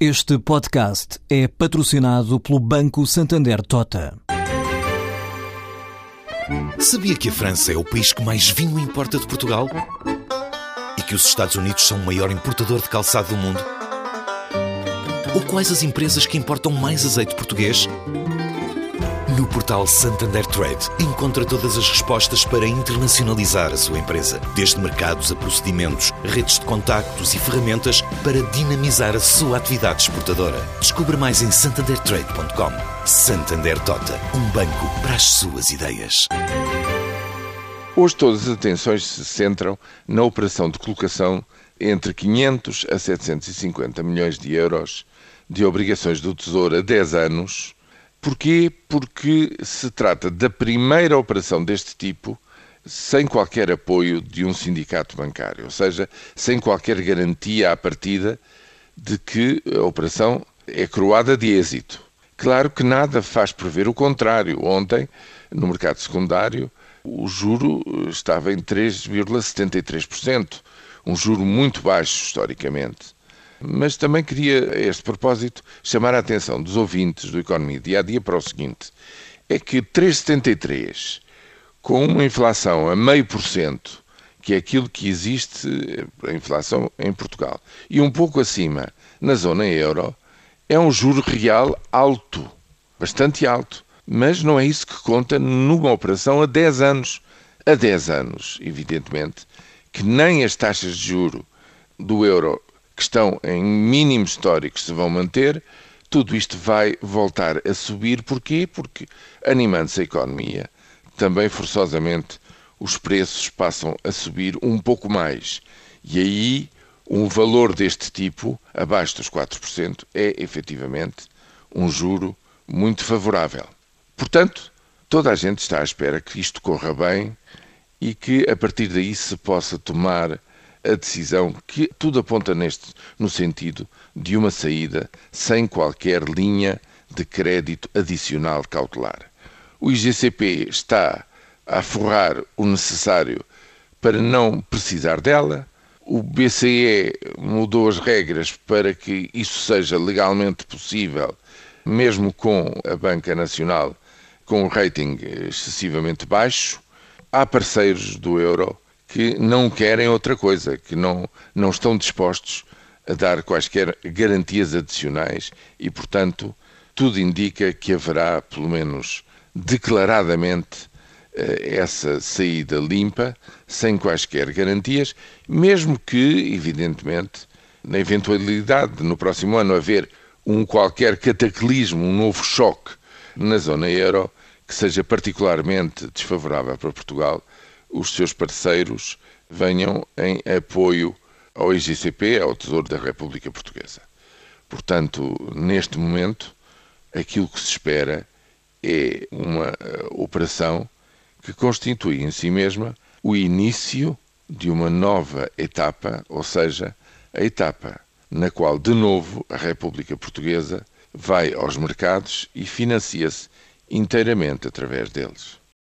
Este podcast é patrocinado pelo Banco Santander Tota. Sabia que a França é o país que mais vinho importa de Portugal? E que os Estados Unidos são o maior importador de calçado do mundo? Ou quais as empresas que importam mais azeite português? No portal Santander Trade, encontra todas as respostas para internacionalizar a sua empresa. Desde mercados a procedimentos, redes de contactos e ferramentas para dinamizar a sua atividade exportadora. Descubra mais em santandertrade.com. Santander Tota, um banco para as suas ideias. Hoje todas as atenções se centram na operação de colocação entre 500 a 750 milhões de euros de obrigações do Tesouro a 10 anos. Porquê? Porque se trata da primeira operação deste tipo sem qualquer apoio de um sindicato bancário, ou seja, sem qualquer garantia à partida de que a operação é coroada de êxito. Claro que nada faz prever o contrário. Ontem, no mercado secundário, o juro estava em 3,73%, um juro muito baixo historicamente. Mas também queria, a este propósito, chamar a atenção dos ouvintes do Economia Dia a Dia para o seguinte: é que 3,73, com uma inflação a 0,5%, que é aquilo que existe, a inflação em Portugal, e um pouco acima na zona euro, é um juro real alto, bastante alto. Mas não é isso que conta numa operação a 10 anos. A 10 anos, evidentemente, que nem as taxas de juro do euro, que estão em mínimos históricos, se vão manter. Tudo isto vai voltar a subir. Porquê? Porque, animando-se a economia, também forçosamente os preços passam a subir um pouco mais. E aí, um valor deste tipo, abaixo dos 4%, é efetivamente um juro muito favorável. Portanto, toda a gente está à espera que isto corra bem e que, a partir daí, se possa tomar a decisão que tudo aponta no sentido de uma saída sem qualquer linha de crédito adicional cautelar. O IGCP está a forrar o necessário para não precisar dela. O BCE mudou as regras para que isso seja legalmente possível, mesmo com a Banca Nacional com um rating excessivamente baixo. Há parceiros do euro que não querem outra coisa, que não estão dispostos a dar quaisquer garantias adicionais e, portanto, tudo indica que haverá, pelo menos declaradamente, essa saída limpa, sem quaisquer garantias, mesmo que, evidentemente, na eventualidade de no próximo ano haver um qualquer cataclismo, um novo choque na zona euro, que seja particularmente desfavorável para Portugal, os seus parceiros venham em apoio ao IGCP, ao Tesouro da República Portuguesa. Portanto, neste momento, aquilo que se espera é uma operação que constitui em si mesma o início de uma nova etapa, ou seja, a etapa na qual, de novo, a República Portuguesa vai aos mercados e financia-se inteiramente através deles.